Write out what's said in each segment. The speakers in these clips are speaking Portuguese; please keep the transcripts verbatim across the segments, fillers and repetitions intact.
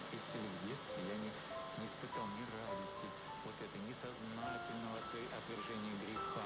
из в детстве я не, не испытал ни радости вот этой, ни сознательного отвер- отвержения греха.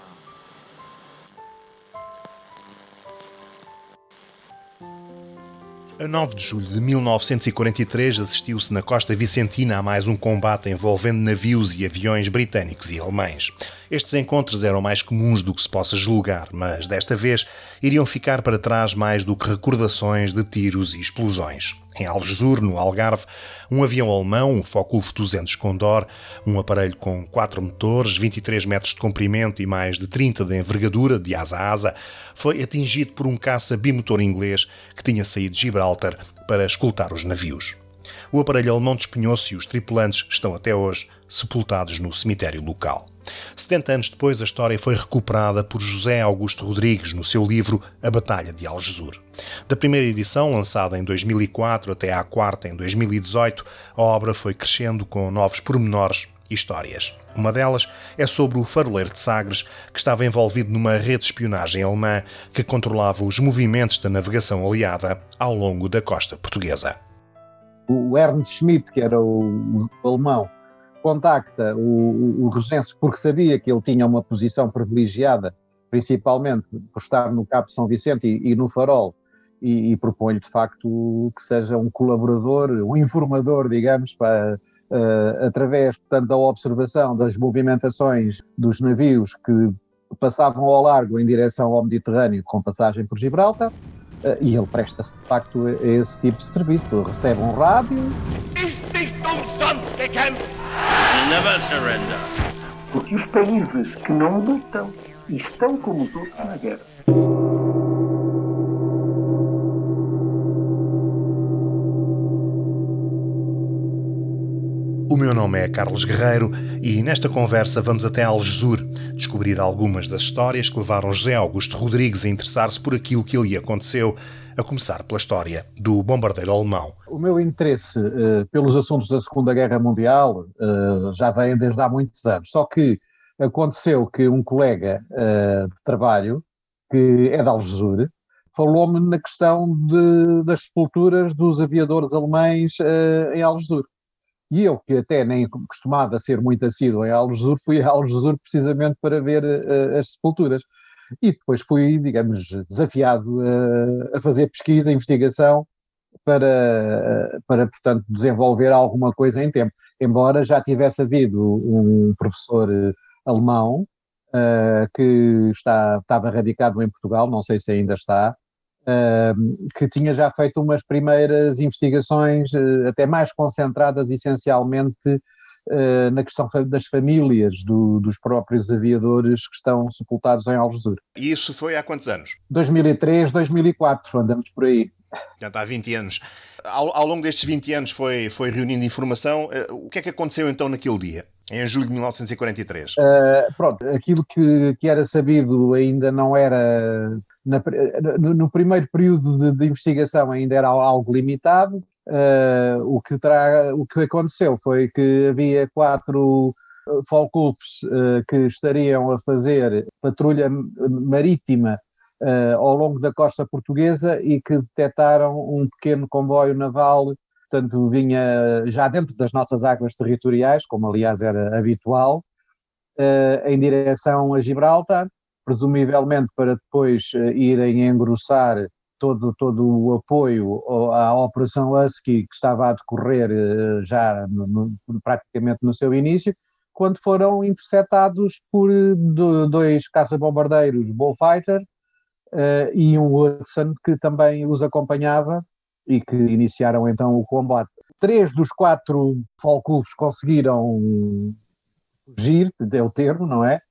A nove de julho de mil novecentos e quarenta e três assistiu-se na costa vicentina a mais um combate envolvendo navios e aviões britânicos e alemães. Estes encontros eram mais comuns do que se possa julgar, mas desta vez iriam ficar para trás mais do que recordações de tiros e explosões. Em Algesur, no Algarve, um avião alemão, um Focke-Wulf duzentos Condor, um aparelho com quatro motores, vinte e três metros de comprimento e mais de trinta de envergadura, de asa a asa, foi atingido por um caça bimotor inglês que tinha saído de Gibraltar para escoltar os navios. O aparelho alemão despenhou-se e os tripulantes estão até hoje sepultados no cemitério local. setenta anos depois, a história foi recuperada por José Augusto Rodrigues no seu livro A Batalha de Algesur. Da primeira edição, lançada em dois mil e quatro, até à quarta em dois mil e dezoito, a obra foi crescendo com novos pormenores e histórias. Uma delas é sobre o faroleiro de Sagres, que estava envolvido numa rede de espionagem alemã que controlava os movimentos da navegação aliada ao longo da costa portuguesa. O Ernst Schmidt, que era o, o alemão, contacta o, o, o Regense porque sabia que ele tinha uma posição privilegiada, principalmente por estar no Cabo de São Vicente e, e no Farol, e, e propõe-lhe de facto que seja um colaborador, um informador, digamos, para, uh, através, portanto, da observação das movimentações dos navios que passavam ao largo em direção ao Mediterrâneo com passagem por Gibraltar, uh, e ele presta-se de facto a esse tipo de serviço, recebe um rádio. Never surrender. Porque os países que não lutam estão como os outros na guerra. O meu nome é Carlos Guerreiro e nesta conversa vamos até Algesur descobrir algumas das histórias que levaram José Augusto Rodrigues a interessar-se por aquilo que ali aconteceu, a começar pela história do bombardeiro alemão. O meu interesse uh, pelos assuntos da Segunda Guerra Mundial uh, já vem desde há muitos anos, só que aconteceu que um colega uh, de trabalho, que é de Algesur, falou-me na questão de, das sepulturas dos aviadores alemães uh, em Algesur. E eu, que até nem costumava ser muito assíduo em Algesur, fui a Algesur precisamente para ver uh, as sepulturas. E depois fui, digamos, desafiado a, a fazer pesquisa, investigação, para, para, portanto, desenvolver alguma coisa em tempo. Embora já tivesse havido um professor alemão uh, que está, estava radicado em Portugal, não sei se ainda está, uh, que tinha já feito umas primeiras investigações uh, até mais concentradas essencialmente uh, na questão das famílias do, dos próprios aviadores que estão sepultados em Algesur. E isso foi há quantos anos? dois mil e três, dois mil e quatro, andamos por aí. Já está há vinte anos. Ao, ao longo destes vinte anos foi, foi reunindo informação. Uh, o que é que aconteceu então naquele dia, em julho de mil novecentos e quarenta e três? Uh, pronto, aquilo que, que era sabido ainda não era... Na, no, no primeiro período de, de investigação ainda era algo limitado. Uh, o, que terá, o que aconteceu foi que havia quatro Focke-Wulfs uh, que estariam a fazer patrulha marítima Uh, ao longo da costa portuguesa e que detectaram um pequeno comboio naval, portanto vinha já dentro das nossas águas territoriais, como aliás era habitual, uh, em direção a Gibraltar, presumivelmente para depois uh, irem engrossar todo, todo o apoio à Operação Husky que estava a decorrer uh, já no, no, praticamente no seu início, quando foram interceptados por do, dois caça-bombardeiros Bullfighter, Uh, e um Hudson que também os acompanhava e que iniciaram então o combate. Três dos quatro Focke-Wulfs conseguiram fugir, é o termo, não é?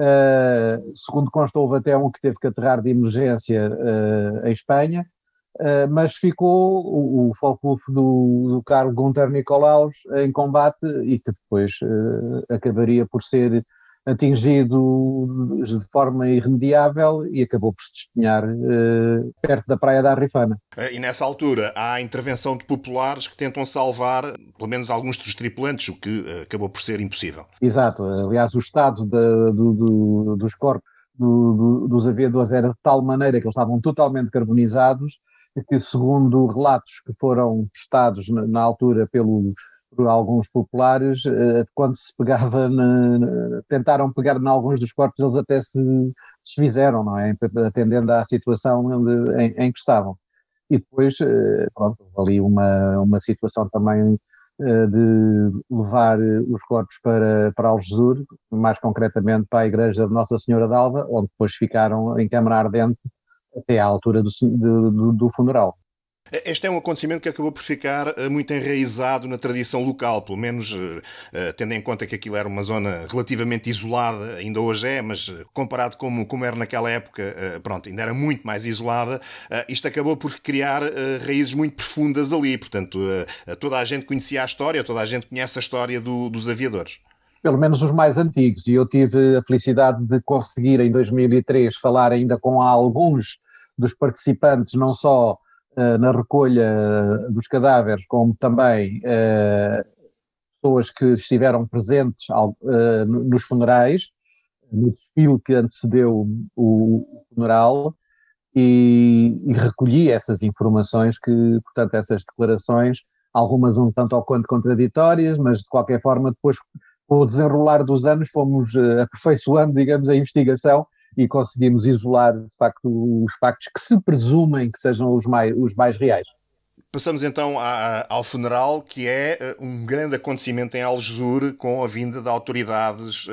Uh, segundo consta, houve até um que teve que aterrar de emergência uh, em Espanha, uh, mas ficou o, o Focke-Wulf do, do caro Gunther Nikolaus em combate e que depois uh, acabaria por ser atingido de forma irremediável e acabou por se despenhar uh, perto da praia da Arrifana. E nessa altura há a intervenção de populares que tentam salvar pelo menos alguns dos tripulantes, o que uh, acabou por ser impossível. Exato, aliás o estado de, do, do, dos corpos do, do, dos aviadores era de tal maneira que eles estavam totalmente carbonizados que segundo relatos que foram prestados na, na altura pelos, por alguns populares, quando se pegava, na, na, tentaram pegar em alguns dos corpos, eles até se desfizeram, não é? Atendendo à situação em, em que estavam. E depois, pronto, ali uma, uma situação também de levar os corpos para, para Algesur, mais concretamente para a igreja de Nossa Senhora d'Alva, onde depois ficaram em câmara ardente até à altura do, do, do funeral. Este é um acontecimento que acabou por ficar muito enraizado na tradição local, pelo menos tendo em conta que aquilo era uma zona relativamente isolada, ainda hoje é, mas comparado como, como era naquela época, pronto, ainda era muito mais isolada. Isto acabou por criar raízes muito profundas ali, portanto, toda a gente conhecia a história, toda a gente conhece a história do, dos aviadores. Pelo menos os mais antigos, e eu tive a felicidade de conseguir em dois mil e três falar ainda com alguns dos participantes, não só uh, na recolha dos cadáveres, como também uh, pessoas que estiveram presentes uh, nos funerais, no desfile que antecedeu o funeral, e, e recolhi essas informações, que, portanto, essas declarações, algumas um tanto ao quanto contraditórias, mas de qualquer forma depois, com o desenrolar dos anos, fomos uh, aperfeiçoando, digamos, a investigação e conseguimos isolar, de facto, os factos que se presumem que sejam os mais, os mais reais. Passamos então a, ao funeral, que é uh, um grande acontecimento em Algesur, com a vinda de autoridades uh,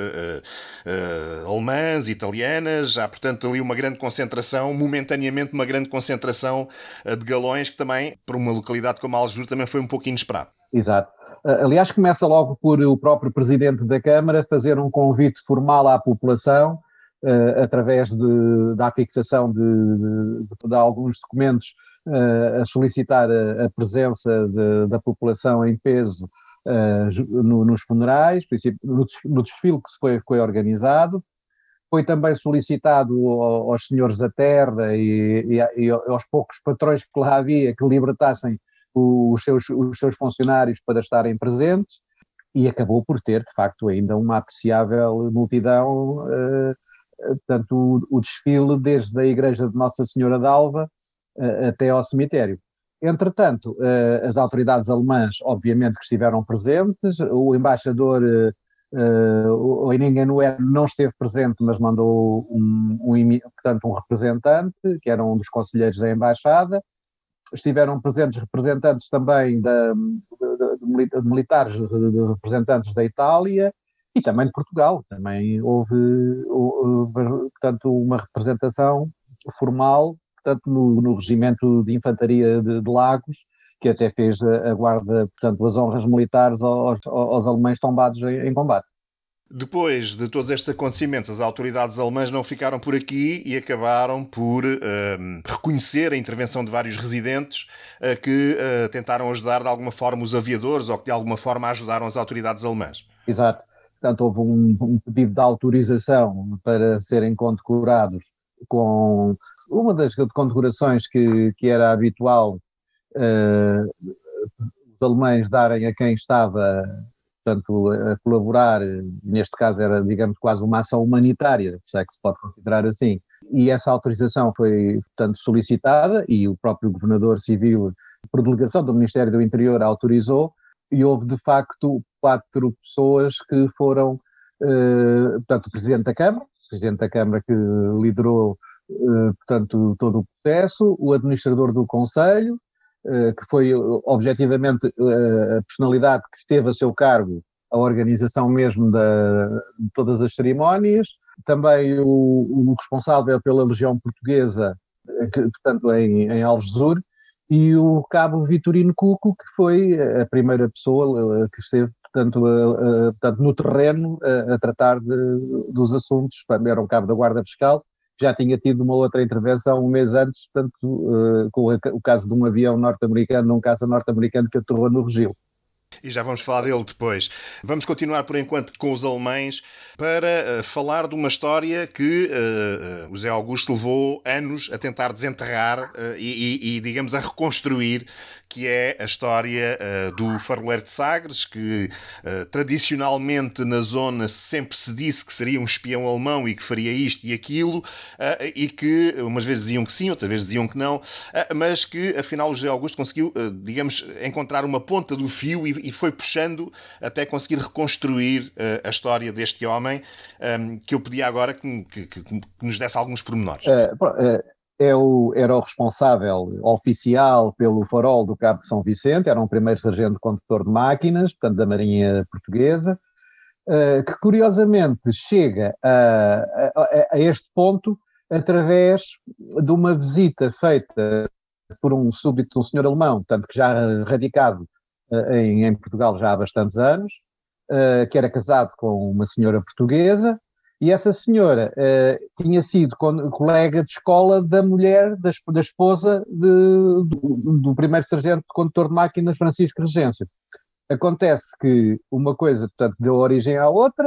uh, alemãs, italianas. Há, portanto, ali uma grande concentração, momentaneamente uma grande concentração uh, de galões, que também, para uma localidade como Algesur, também foi um pouco inesperado. Exato. Uh, aliás, começa logo por o próprio Presidente da Câmara fazer um convite formal à população, uh, através de, da fixação de, de, de alguns documentos, Uh, a solicitar a, a presença de, da população em peso uh, no, nos funerais, no, no desfile que foi, foi organizado. Foi também solicitado ao, aos senhores da terra e, e, e aos poucos patrões que lá havia que libertassem os seus, os seus funcionários para estarem presentes, e acabou por ter, de facto, ainda uma apreciável multidão, uh, portanto, o, o desfile desde a igreja de Nossa Senhora d'Alva até ao cemitério. Entretanto, as autoridades alemãs, obviamente, que estiveram presentes, o embaixador, o Henning Noé, não esteve presente, mas mandou um, um, portanto, um representante, que era um dos conselheiros da embaixada. Estiveram presentes representantes também da, de, de, de militares, de representantes da Itália e também de Portugal. Também houve, houve portanto, uma representação formal, portanto, no, no regimento de infantaria de, de Lagos, que até fez a, a guarda, portanto, as honras militares aos, aos alemães tombados em, em combate. Depois de todos estes acontecimentos, as autoridades alemãs não ficaram por aqui e acabaram por uh, reconhecer a intervenção de vários residentes uh, que uh, tentaram ajudar de alguma forma os aviadores, ou que de alguma forma ajudaram as autoridades alemãs. Exato. Portanto, houve um, um pedido de autorização para serem condecorados com uma das condecorações que, que era habitual uh, os alemães darem a quem estava, portanto, a colaborar. Neste caso era, digamos, quase uma ação humanitária, se é que se pode considerar assim, e essa autorização foi, portanto, solicitada, e o próprio governador civil, por delegação do Ministério do Interior, autorizou, e houve de facto quatro pessoas que foram, uh, portanto, o Presidente da Câmara, Presidente da Câmara, que liderou, eh, portanto, todo o processo, o administrador do Conselho, eh, que foi objetivamente eh, a personalidade que esteve a seu cargo a organização mesmo da, de todas as cerimónias, também o, o responsável pela Legião Portuguesa, que, portanto, em, em Algesur, e o cabo Vitorino Cuco, que foi a primeira pessoa que esteve, portanto, a, a, portanto no terreno a, a tratar de, dos assuntos. Era um cabo da Guarda Fiscal, já tinha tido uma outra intervenção um mês antes, portanto, uh, com a, o caso de um avião norte-americano, um caça norte-americano que aterrou no Regil. E já vamos falar dele depois. Vamos continuar por enquanto com os alemães para uh, falar de uma história que uh, uh, o José Augusto levou anos a tentar desenterrar uh, e, e, e, digamos, a reconstruir, que é a história uh, do faroleiro de Sagres, que uh, tradicionalmente na zona sempre se disse que seria um espião alemão e que faria isto e aquilo, uh, e que umas vezes diziam que sim, outras vezes diziam que não, uh, mas que afinal o José Augusto conseguiu, uh, digamos, encontrar uma ponta do fio e, e foi puxando até conseguir reconstruir uh, a história deste homem, um, que eu pedia agora que, que, que, que nos desse alguns pormenores. Uh, uh, é o, era o responsável oficial pelo farol do Cabo de São Vicente, era um primeiro sargento condutor de máquinas, portanto da Marinha Portuguesa, uh, que curiosamente chega a, a, a este ponto através de uma visita feita por um súbdito, um senhor alemão, tanto que já radicado uh, em, em Portugal já há bastantes anos, uh, que era casado com uma senhora portuguesa. E essa senhora uh, tinha sido colega de escola da mulher, da, da esposa de, do, do primeiro sargento condutor de máquinas, Francisco Regêncio. Acontece que uma coisa, portanto, deu origem à outra,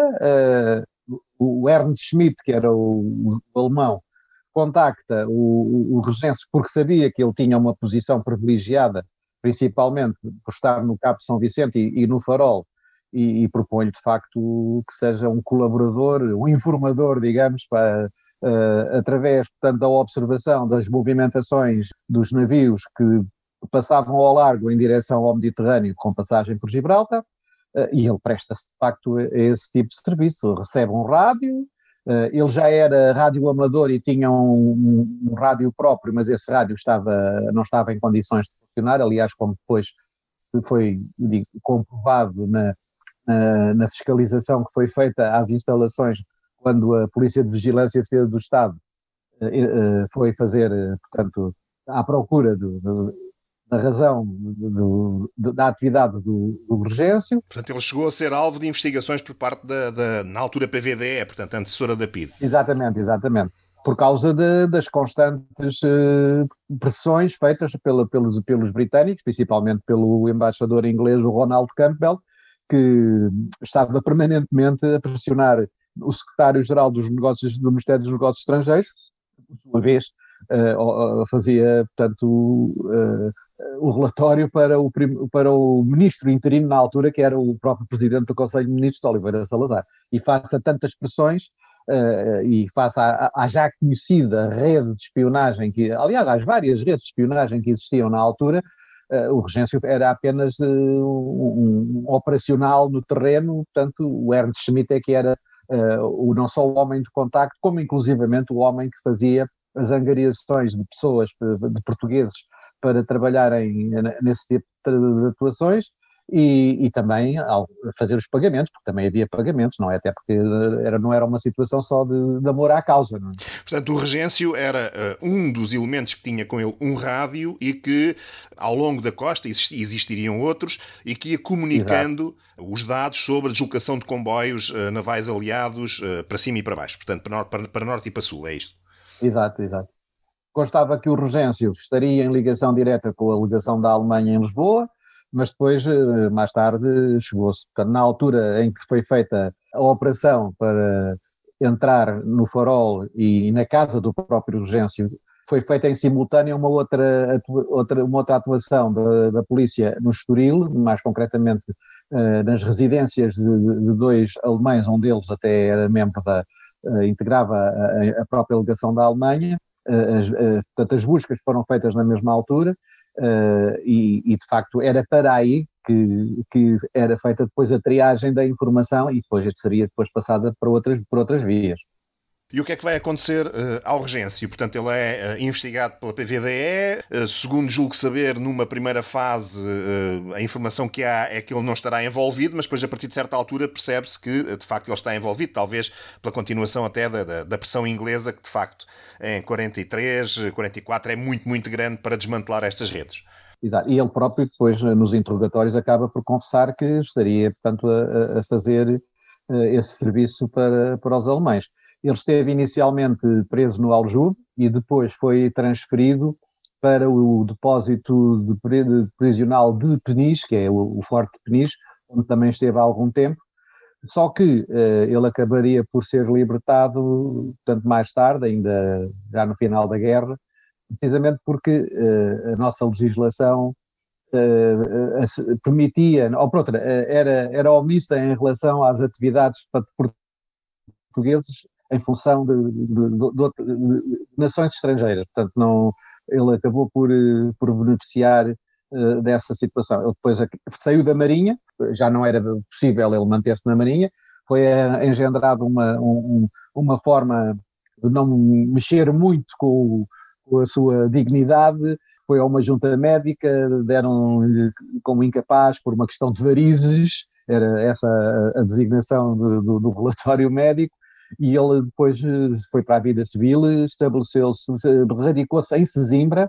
uh, o Ernst Schmidt, que era o, o alemão, contacta o, o, o Regêncio porque sabia que ele tinha uma posição privilegiada, principalmente por estar no Cabo de São Vicente e, e no Farol, e, e propõe-lhe de facto que seja um colaborador, um informador, digamos, para, uh, através, portanto, da observação das movimentações dos navios que passavam ao largo em direção ao Mediterrâneo com passagem por Gibraltar, uh, e ele presta-se de facto a, a esse tipo de serviço, recebe um rádio, uh, ele já era rádio amador e tinha um, um, um rádio próprio, mas esse rádio estava, não estava em condições de funcionar, aliás, como depois foi, digo, comprovado na Na, na fiscalização que foi feita às instalações quando a Polícia de Vigilância e Defesa do Estado eh, eh, foi fazer, eh, portanto, à procura do, do, da razão do, do, da atividade do, do Regêncio. Portanto, ele chegou a ser alvo de investigações por parte da, da na altura, P V D E, portanto, antecessora da P I D. Exatamente, exatamente. Por causa de, das constantes eh, pressões feitas pela, pelos, pelos britânicos, principalmente pelo embaixador inglês, o Ronald Campbell, que estava permanentemente a pressionar o secretário-geral dos negócios do Ministério dos Negócios Estrangeiros, por sua vez, uh, fazia, portanto, uh, o relatório para o, para o ministro interino na altura, que era o próprio presidente do Conselho de Ministros, Oliveira Salazar. E face a tantas pressões, uh, e face à, à já conhecida rede de espionagem, que, aliás, às várias redes de espionagem que existiam na altura, Uh, o Regêncio era apenas uh, um, um operacional no terreno, portanto o Ernst Schmidt é que era uh, o, não só o homem de contacto, como inclusivamente o homem que fazia as angariações de pessoas, de portugueses, para trabalharem nesse tipo de atuações, e, e também ao fazer os pagamentos, porque também havia pagamentos, não é? Até porque era, não era uma situação só de, de amor à causa. Não é? Portanto, o Regêncio era uh, um dos elementos que tinha com ele um rádio e que ao longo da costa existiriam outros e que ia comunicando Exato. Os dados sobre a deslocação de comboios uh, navais aliados uh, para cima e para baixo, portanto para, nor para, para norte e para sul, é isto? Exato, exato. Constava que o Regêncio estaria em ligação direta com a legação da Alemanha em Lisboa, mas depois, mais tarde, chegou-se, na altura em que foi feita a operação para entrar no Farol e na casa do próprio Regêncio, foi feita em simultâneo uma outra, outra, uma outra atuação da, da polícia no Estoril, mais concretamente uh, nas residências de, de dois alemães, um deles até era membro da, uh, integrava a, a própria legação da Alemanha, uh, as, uh, portanto as buscas foram feitas na mesma altura. Uh, e, e de facto era para aí que, que era feita depois a triagem da informação e depois seria depois passada por outras, por outras vias. E o que é que vai acontecer uh, ao Regêncio? Portanto, ele é uh, investigado pela P V D E, uh, segundo julgo saber, numa primeira fase uh, a informação que há é que ele não estará envolvido, mas depois a partir de certa altura percebe-se que uh, de facto ele está envolvido, talvez pela continuação até da, da, da pressão inglesa, que de facto em quarenta e três, quarenta e quatro é muito, muito grande para desmantelar estas redes. Exato, e ele próprio depois nos interrogatórios acaba por confessar que estaria, portanto, a, a fazer uh, esse serviço para, para os alemães. Ele esteve inicialmente preso no Aljube e depois foi transferido para o depósito de, de prisional de Peniche, que é o, o Forte de Peniche, onde também esteve há algum tempo, só que uh, ele acabaria por ser libertado, portanto, mais tarde, ainda já no final da guerra, precisamente porque uh, a nossa legislação uh, permitia, ou por outra, uh, era, era omissa em relação às atividades portugueses em função de, de, de, de, de nações estrangeiras. Portanto, não, ele acabou por, por beneficiar uh, dessa situação. Ele depois saiu da Marinha, já não era possível ele manter-se na Marinha, foi engendrado uma, um, uma forma de não mexer muito com, com a sua dignidade. Foi a uma junta médica, deram-lhe como incapaz por uma questão de varizes, era essa a, a designação de, do, do relatório médico, e ele depois foi para a vida civil, estabeleceu-se, radicou-se em Sesimbra,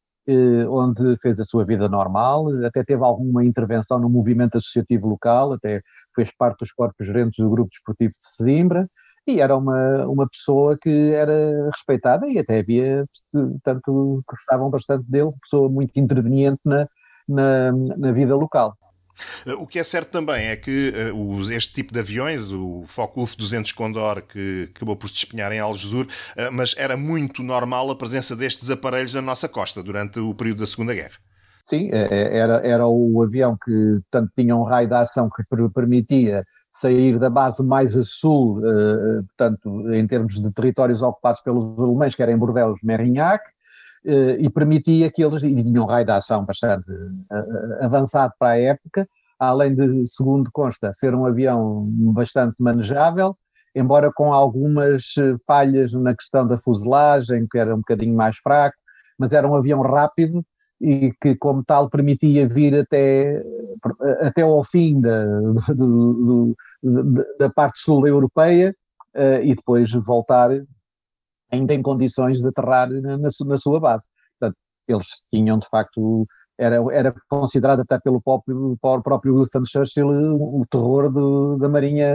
onde fez a sua vida normal, até teve alguma intervenção no movimento associativo local, até fez parte dos corpos gerentes do grupo desportivo de Sesimbra, e era uma, uma pessoa que era respeitada e até havia, tanto gostavam bastante dele, pessoa muito interveniente na, na, na vida local. O que é certo também é que uh, os, este tipo de aviões, o Focke-Wulf duzentos Condor, que acabou por se despenhar em Algesur, uh, mas era muito normal a presença destes aparelhos na nossa costa durante o período da Segunda Guerra. Sim, era, era o avião que tanto tinha um raio de ação que permitia sair da base mais a sul, uh, portanto, em termos de territórios ocupados pelos alemães, que era em Bordeaux-Mérignac, Uh, e permitia que eles, e tinham um raio de ação bastante uh, avançado para a época, além de, segundo consta, ser um avião bastante manejável, embora com algumas falhas na questão da fuselagem, que era um bocadinho mais fraco, mas era um avião rápido e que, como tal, permitia vir até, até ao fim da, do, do, da parte sul europeia uh, e depois voltar ainda em condições de aterrar na, na sua base. Portanto, eles tinham, de facto, era, era considerado até pelo próprio, pelo próprio Winston Churchill o terror do, da Marinha,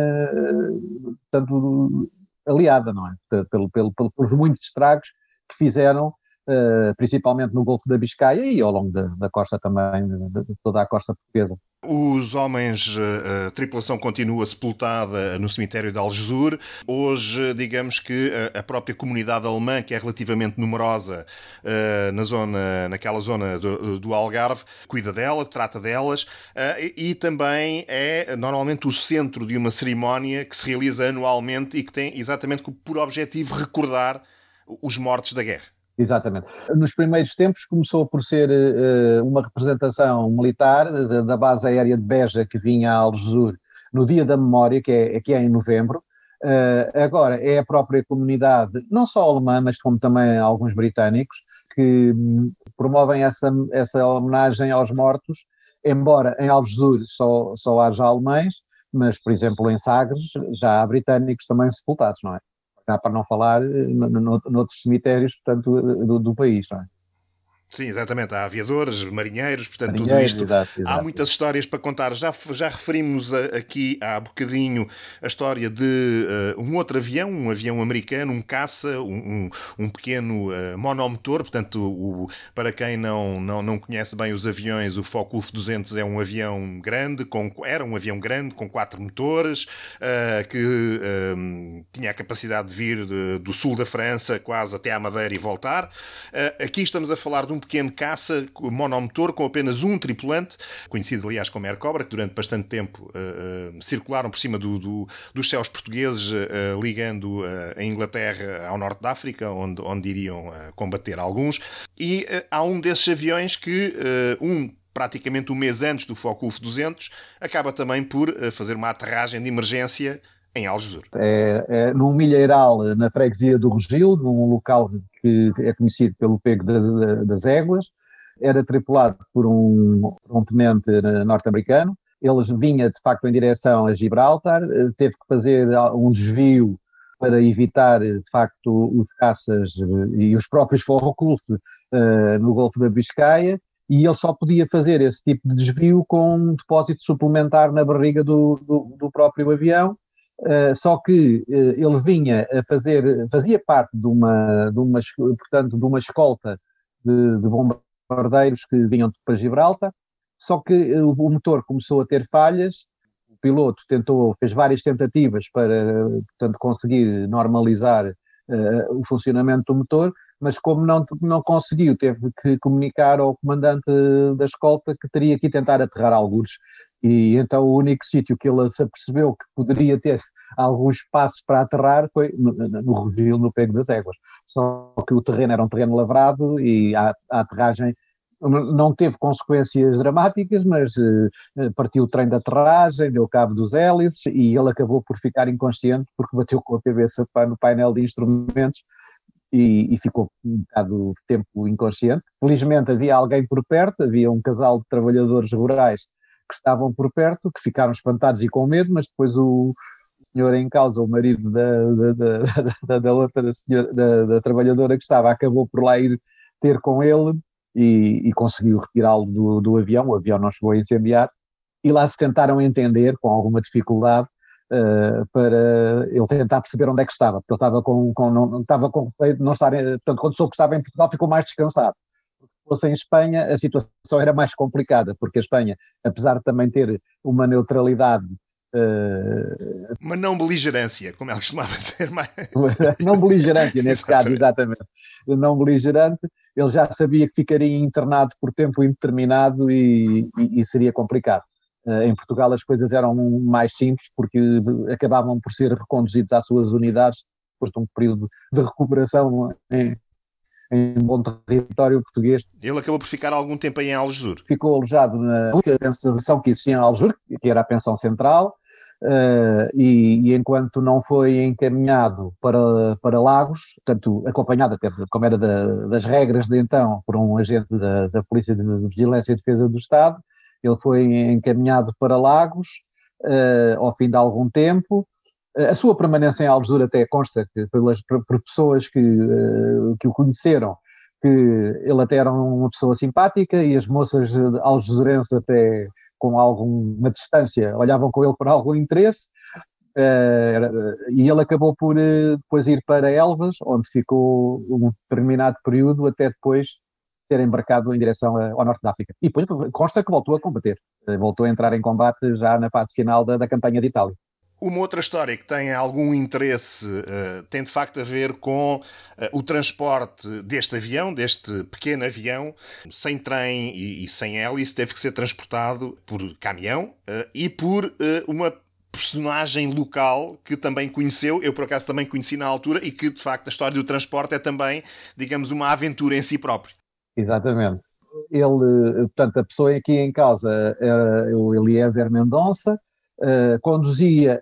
tanto aliada, não é? Pelo, pelo, pelo, pelos muitos estragos que fizeram, uh, principalmente no Golfo da Biscaia e ao longo da, da costa também, de, de toda a costa portuguesa. Os homens, a tripulação continua sepultada no cemitério de Algesur. Hoje, digamos que a própria comunidade alemã, que é relativamente numerosa na zona, naquela zona do, do Algarve, cuida dela, trata delas, e também é normalmente o centro de uma cerimónia que se realiza anualmente e que tem exatamente por objetivo recordar os mortos da guerra. Exatamente. Nos primeiros tempos começou por ser uh, uma representação militar da, da base aérea de Beja que vinha a Algesur no Dia da Memória, que é, que é em novembro. Uh, agora é a própria comunidade, não só alemã, mas como também alguns britânicos, que um, promovem essa, essa homenagem aos mortos, embora em Algesur só, só haja alemães, mas, por exemplo, em Sagres já há britânicos também sepultados, não é? Dá para não falar noutros cemitérios, portanto, do, do país, não é? Sim, exatamente. Há aviadores, marinheiros, portanto, marinheiros, tudo isto. Exato, exato. Há muitas histórias para contar. Já, já referimos a, aqui há bocadinho a história de uh, um outro avião, um avião americano, um caça, um, um, um pequeno uh, monomotor. Portanto, o, para quem não, não, não conhece bem os aviões, o Focke-Wulf duzentos é um avião grande, com, era um avião grande com quatro motores, uh, que uh, tinha a capacidade de vir de, do sul da França quase até à Madeira e voltar. Uh, aqui estamos a falar de um pequeno caça monomotor com apenas um tripulante, conhecido aliás como Air Cobra, que durante bastante tempo uh, uh, circularam por cima do, do, dos céus portugueses, uh, ligando uh, a Inglaterra ao norte da África, onde, onde iriam uh, combater alguns. E uh, há um desses aviões que, uh, um praticamente um mês antes do Focke-Wulf duzentos, acaba também por uh, fazer uma aterragem de emergência em Algesur. É, é num milheiral na freguesia do Regil, num local que é conhecido pelo Pego das, das Éguas. Era tripulado por um, um tenente norte-americano. Ele vinha de facto em direção a Gibraltar, teve que fazer um desvio para evitar de facto os caças e os próprios Focke-Wulf uh, no Golfo da Biscaia, e ele só podia fazer esse tipo de desvio com um depósito suplementar na barriga do, do, do próprio avião. Uh, só que uh, ele vinha a fazer, fazia parte de uma, de uma, portanto, de uma escolta de, de bombardeiros que vinham para Gibraltar, só que uh, o motor começou a ter falhas, o piloto tentou, fez várias tentativas para, portanto, conseguir normalizar uh, o funcionamento do motor, mas como não, não conseguiu, teve que comunicar ao comandante da escolta que teria que ir tentar aterrar algures, e então o único sítio que ele se apercebeu que poderia ter algum espaço para aterrar foi no, no Rogil, no Pego das Éguas, só que o terreno era um terreno lavrado e a, a aterragem não teve consequências dramáticas, mas uh, partiu o trem de aterragem, deu cabo dos hélices e ele acabou por ficar inconsciente porque bateu com a cabeça no painel de instrumentos e, e ficou um bocado de tempo inconsciente. Felizmente havia alguém por perto, havia um casal de trabalhadores rurais que estavam por perto, que ficaram espantados e com medo, mas depois o senhor em causa, o marido da, da, da, da, da outra senhora, da, da trabalhadora que estava, acabou por lá ir ter com ele e, e conseguiu retirá-lo do, do avião. O avião não chegou a incendiar e lá se tentaram entender com alguma dificuldade uh, para ele tentar perceber onde é que estava, porque ele estava com, com, não, estava com receio de não estar, portanto quando soube que estava em Portugal ficou mais descansado. Se fosse em Espanha a situação era mais complicada, porque a Espanha, apesar de também ter uma neutralidade Uh, uma não beligerância, como ela costumava dizer, mais... não beligerância nesse caso, exatamente, não beligerante, ele já sabia que ficaria internado por tempo indeterminado e, e, e seria complicado. Uh, em Portugal as coisas eram mais simples porque acabavam por ser reconduzidos às suas unidades depois de um período de recuperação em, em bom território português. Ele acabou por ficar algum tempo aí em Algesur. Ficou alojado na única pensão que existia em Algesur, que era a pensão central. Uh, e, e enquanto não foi encaminhado para, para Lagos, portanto acompanhado até como era da, das regras de então por um agente da, da Polícia de Vigilância e Defesa do Estado, ele foi encaminhado para Lagos uh, ao fim de algum tempo. Uh, a sua permanência em Algesur até consta que pelas por, por pessoas que, uh, que o conheceram, que ele até era uma pessoa simpática e as moças algesurenses até com alguma distância, olhavam com ele por algum interesse, uh, e ele acabou por uh, depois ir para Elvas, onde ficou um determinado período, até depois ser embarcado em direção a, ao Norte da África. E depois consta que voltou a combater, uh, voltou a entrar em combate já na fase final da, da campanha de Itália. Uma outra história que tem algum interesse uh, tem de facto a ver com uh, o transporte deste avião, deste pequeno avião, sem trem e, e sem hélice, teve que ser transportado por caminhão uh, e por uh, uma personagem local que também conheceu, eu por acaso também conheci na altura, e que de facto a história do transporte é também, digamos, uma aventura em si próprio. Exatamente. Ele, portanto, a pessoa aqui em causa era o Eliezer Mendonça, uh, conduzia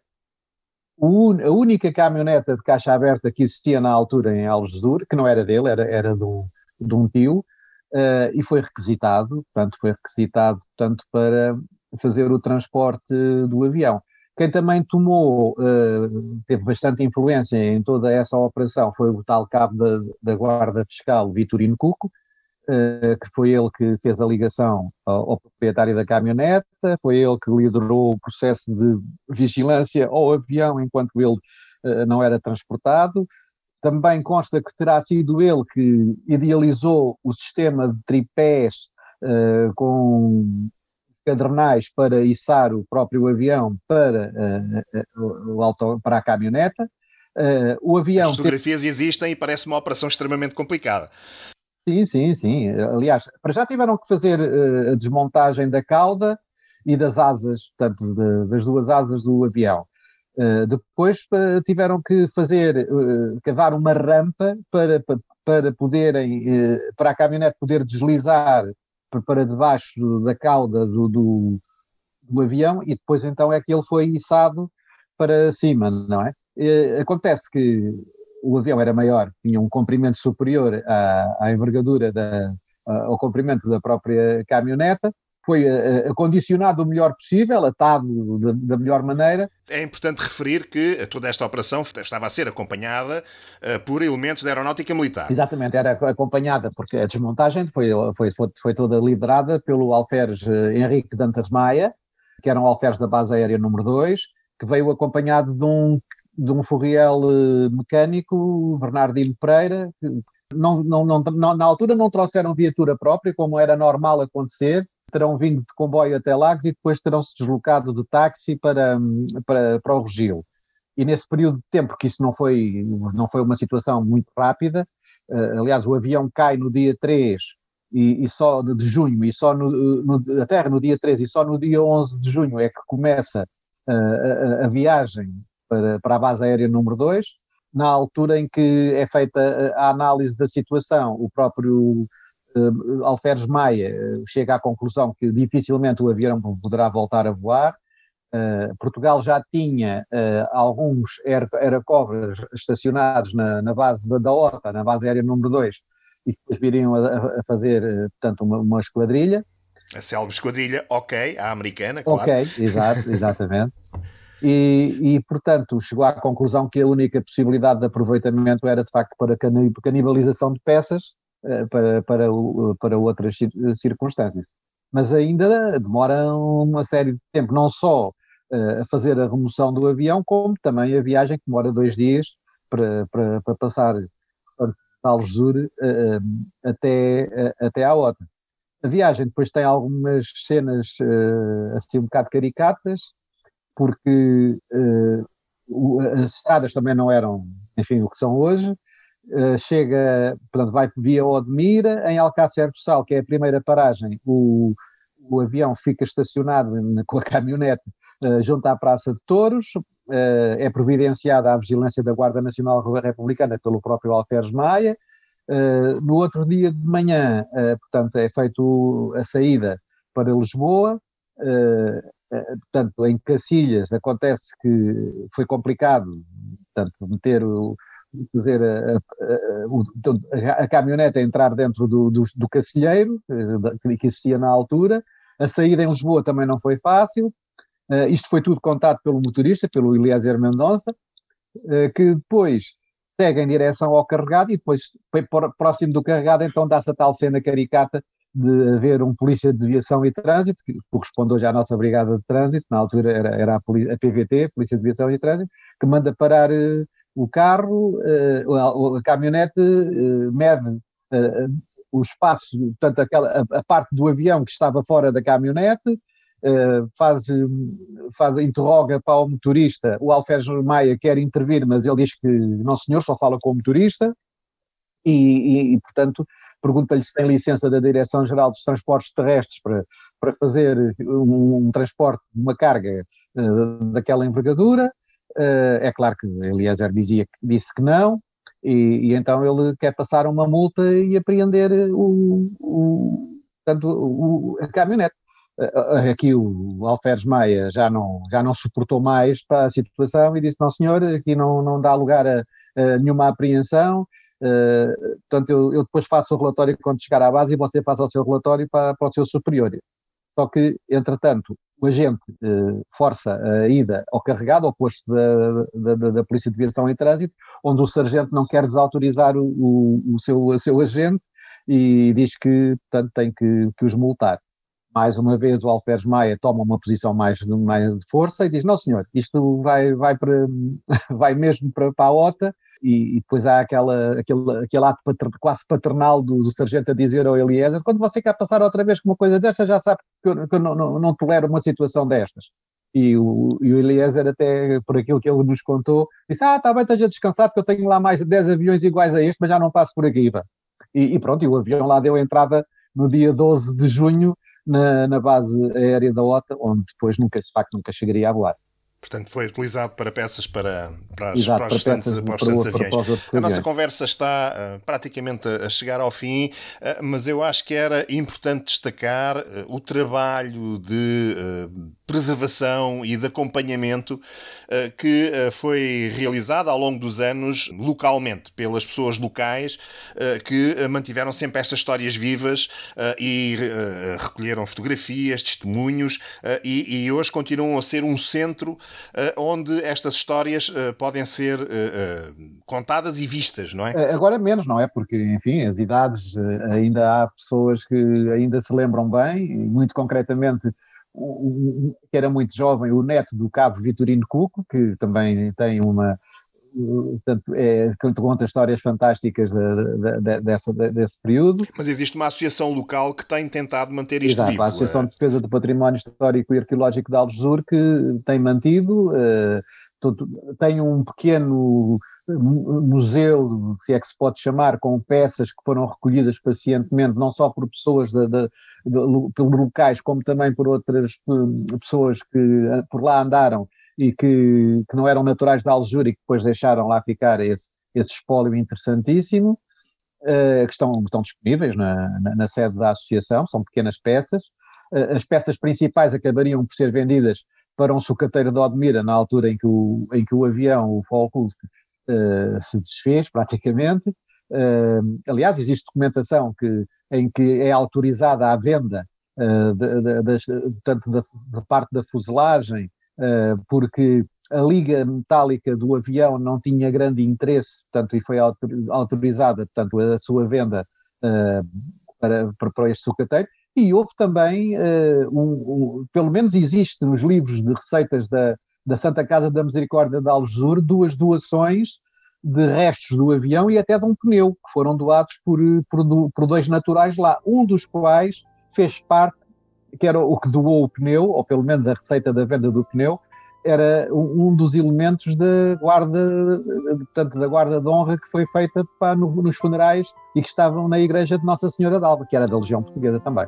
a única caminhoneta de caixa aberta que existia na altura em Algesur, que não era dele, era, era de, um, de um tio, uh, e foi requisitado, portanto foi requisitado portanto, para fazer o transporte do avião. Quem também tomou, uh, teve bastante influência em toda essa operação foi o tal cabo da, da Guarda Fiscal, Vitorino Cuco, Uh, que foi ele que fez a ligação ao, ao proprietário da caminhoneta, foi ele que liderou o processo de vigilância ao avião enquanto ele uh, não era transportado. Também consta que terá sido ele que idealizou o sistema de tripés uh, com cadernais para içar o próprio avião para, uh, uh, o auto, para a caminhoneta. Uh, o avião As fotografias teve... existem e parece uma operação extremamente complicada. Sim, sim, sim. Aliás, para já tiveram que fazer uh, a desmontagem da cauda e das asas, portanto, de, das duas asas do avião. Uh, depois uh, tiveram que fazer, uh, cavar uma rampa para, para, para poderem, uh, para a caminhonete poder deslizar para debaixo da cauda do, do, do avião e depois então é que ele foi içado para cima, não é? Uh, acontece que o avião era maior, tinha um comprimento superior à, à envergadura, da, ao comprimento da própria caminhoneta, foi uh, acondicionado o melhor possível, atado da, da melhor maneira. É importante referir que toda esta operação estava a ser acompanhada uh, por elementos da aeronáutica militar. Exatamente, era acompanhada, porque a desmontagem foi, foi, foi, foi toda liderada pelo alferes Henrique Dantas Maia, que era um alferes da base aérea número dois, que veio acompanhado de um de um forriel mecânico, Bernardino Pereira, que não, não, não, não, na altura não trouxeram viatura própria, como era normal acontecer, terão vindo de comboio até Lagos e depois terão-se deslocado de táxi para, para, para o Rogil. E nesse período de tempo, que isso não foi, não foi uma situação muito rápida, uh, aliás, o avião cai no dia três e, e só de junho, e só no, no, a Terra no dia três, e só no dia onze de junho é que começa uh, a, a viagem para, para a base aérea número dois, na altura em que é feita a análise da situação. O próprio uh, Alferes Maia uh, chega à conclusão que dificilmente o avião poderá voltar a voar. Uh, Portugal já tinha uh, alguns aerocovers estacionados na, na base da, da O T A, na base aérea número dois, e depois viriam a, a fazer, uh, portanto, uma, uma esquadrilha. A célebre esquadrilha, ok, a americana, claro. Ok, exato, exatamente. E, e, portanto, chegou à conclusão que a única possibilidade de aproveitamento era, de facto, para canibalização de peças uh, para, para, para outras circunstâncias. Mas ainda demora uma série de tempo, não só uh, a fazer a remoção do avião, como também a viagem, que demora dois dias para, para, para passar de Algesur uh, até, uh, até à O T A. A viagem depois tem algumas cenas uh, assim um bocado caricatas, porque uh, as estradas também não eram, enfim, o que são hoje. Uh, chega, portanto, vai via Odmira, em Alcácer do Sal, que é a primeira paragem, o, o avião fica estacionado com a caminhonete uh, junto à Praça de Touros, uh, é providenciada a vigilância da Guarda Nacional Republicana pelo próprio Alferes Maia. Uh, no outro dia de manhã, uh, portanto, é feito a saída para Lisboa. Uh, Portanto, em Cacilhas acontece que foi complicado, portanto, meter o, fazer a, a, a, a caminhonete a entrar dentro do, do, do cacilheiro que existia na altura. A saída em Lisboa também não foi fácil. Uh, isto foi tudo contado pelo motorista, pelo Eliezer Mendonça, uh, que depois segue em direção ao carregado e depois, próximo do carregado, então dá-se a tal cena caricata de haver um polícia de viação e trânsito, que corresponde hoje à nossa brigada de trânsito, na altura era, era a, polícia, a P V T, Polícia de Viação e Trânsito, que manda parar uh, o carro, uh, a, a caminhonete uh, mede uh, o espaço, portanto aquela, a, a parte do avião que estava fora da caminhonete, uh, faz, faz, interroga para o motorista, o Alferes Maia quer intervir, mas ele diz que não senhor, só fala com o motorista, e, e, e portanto pergunta-lhe se tem licença da Direção-Geral dos Transportes Terrestres para, para fazer um, um transporte de uma carga uh, daquela envergadura. Uh, é claro que Eliezer dizia, disse que não, e, e então ele quer passar uma multa e apreender o, o, portanto, o, a caminhonete. Uh, aqui o Alferes Maia já não, já não suportou mais para a situação e disse, não senhor, aqui não, não dá lugar a, a nenhuma apreensão. Uh, portanto, eu, eu depois faço o relatório quando chegar à base e você faça o seu relatório para, para o seu superior. Só que, entretanto, o agente uh, força a ida ao carregado, ao posto da, da, da Polícia de Viação e Trânsito, onde o sargento não quer desautorizar o, o, o, seu, o seu agente e diz que, portanto, tem que, que os multar. Mais uma vez o Alferes Maia toma uma posição mais, mais de força e diz, não senhor, isto vai, vai, para, vai mesmo para, para a O T A. E, e depois há aquela, aquele, aquele ato pater, quase paternal do, do sargento a dizer ao Eliezer, quando você quer passar outra vez com uma coisa destas, já sabe que eu, que eu não, não, não tolero uma situação destas. E o, e o Eliezer, até por aquilo que ele nos contou, disse, ah, está bem, esteja descansado que eu tenho lá mais de dez aviões iguais a este, mas já não passo por aqui. E, e pronto, e o avião lá deu entrada no dia doze de junho na, na base aérea da O T A, onde depois nunca, de facto, nunca chegaria a voar. Portanto, foi utilizado para peças para, para, as, Exato, para, os, para restantes, peças, para os para restantes para aviões. para a nossa conversa está uh, praticamente a chegar ao fim, uh, mas eu acho que era importante destacar uh, o trabalho de uh, preservação e de acompanhamento uh, que uh, foi realizado ao longo dos anos localmente, pelas pessoas locais uh, que uh, mantiveram sempre estas histórias vivas uh, e uh, recolheram fotografias, testemunhos uh, e, e hoje continuam a ser um centro Uh, onde estas histórias uh, podem ser uh, uh, contadas e vistas, não é? Agora menos, não é? Porque, enfim, as idades, uh, ainda há pessoas que ainda se lembram bem, e muito concretamente, um, um, que era muito jovem, o neto do cabo Vitorino Cuco, que também tem uma... Portanto, é, conta histórias fantásticas de, de, de, dessa, de, desse período. Mas existe uma associação local que tem tentado manter isto Exato, vivo. A Associação de Defesa do Património Histórico e Arqueológico de Algesur, que tem mantido, uh, todo, tem um pequeno museu, se é que se pode chamar, com peças que foram recolhidas pacientemente, não só por pessoas de, de, de, pelos locais, como também por outras pessoas que por lá andaram e que, que não eram naturais de Aljur e que depois deixaram lá ficar esse, esse espólio interessantíssimo, uh, que estão, estão disponíveis na, na, na sede da associação, são pequenas peças. Uh, as peças principais acabariam por ser vendidas para um sucateiro de Odmira na altura em que o, em que o avião, o Focke-Wulf, uh, se desfez praticamente. Uh, aliás, existe documentação que, em que é autorizada a venda uh, de, de, de, tanto da, da parte da fuselagem, uh, porque a liga metálica do avião não tinha grande interesse, portanto, e foi autorizada, portanto, a sua venda uh, para, para este sucateiro. E houve também, uh, um, um, pelo menos existe nos livros de receitas da, da Santa Casa da Misericórdia de Aljur, duas doações de restos do avião e até de um pneu, que foram doados por, por, por dois naturais lá, um dos quais fez parte, que era o que doou o pneu, ou pelo menos a receita da venda do pneu, era um, um dos elementos da guarda, portanto, da guarda de honra que foi feita pá, no, nos funerais e que estavam na igreja de Nossa Senhora d'Alva, que era da Legião Portuguesa também.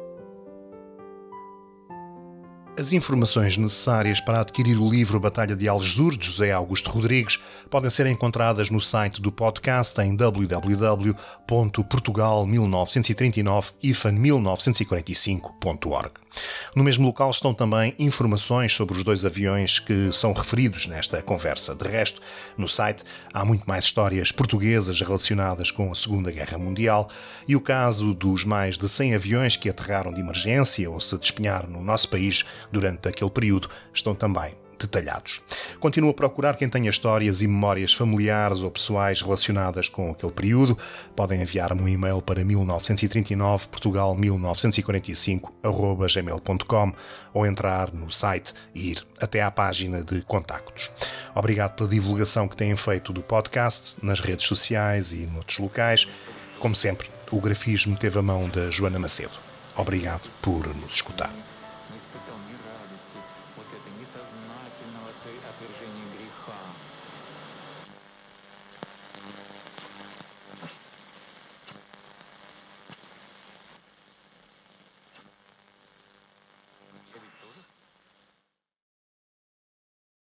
As informações necessárias para adquirir o livro Batalha de Aljur, de José Augusto Rodrigues, podem ser encontradas no site do podcast em w w w ponto portugal mil novecentos e trinta e nove hífen mil novecentos e quarenta e cinco ponto org. No mesmo local estão também informações sobre os dois aviões que são referidos nesta conversa. De resto, no site há muito mais histórias portuguesas relacionadas com a Segunda Guerra Mundial e o caso dos mais de cem aviões que aterraram de emergência ou se despenharam no nosso país durante aquele período estão também detalhados. Continuo a procurar quem tenha histórias e memórias familiares ou pessoais relacionadas com aquele período. Podem enviar-me um e-mail para mil novecentos e trinta e nove portugal mil novecentos e quarenta e cinco arroba gmail ponto com ou entrar no site e ir até à página de contactos. Obrigado pela divulgação que têm feito do podcast nas redes sociais e noutros locais. Como sempre, o grafismo teve a mão da Joana Macedo. Obrigado por nos escutar.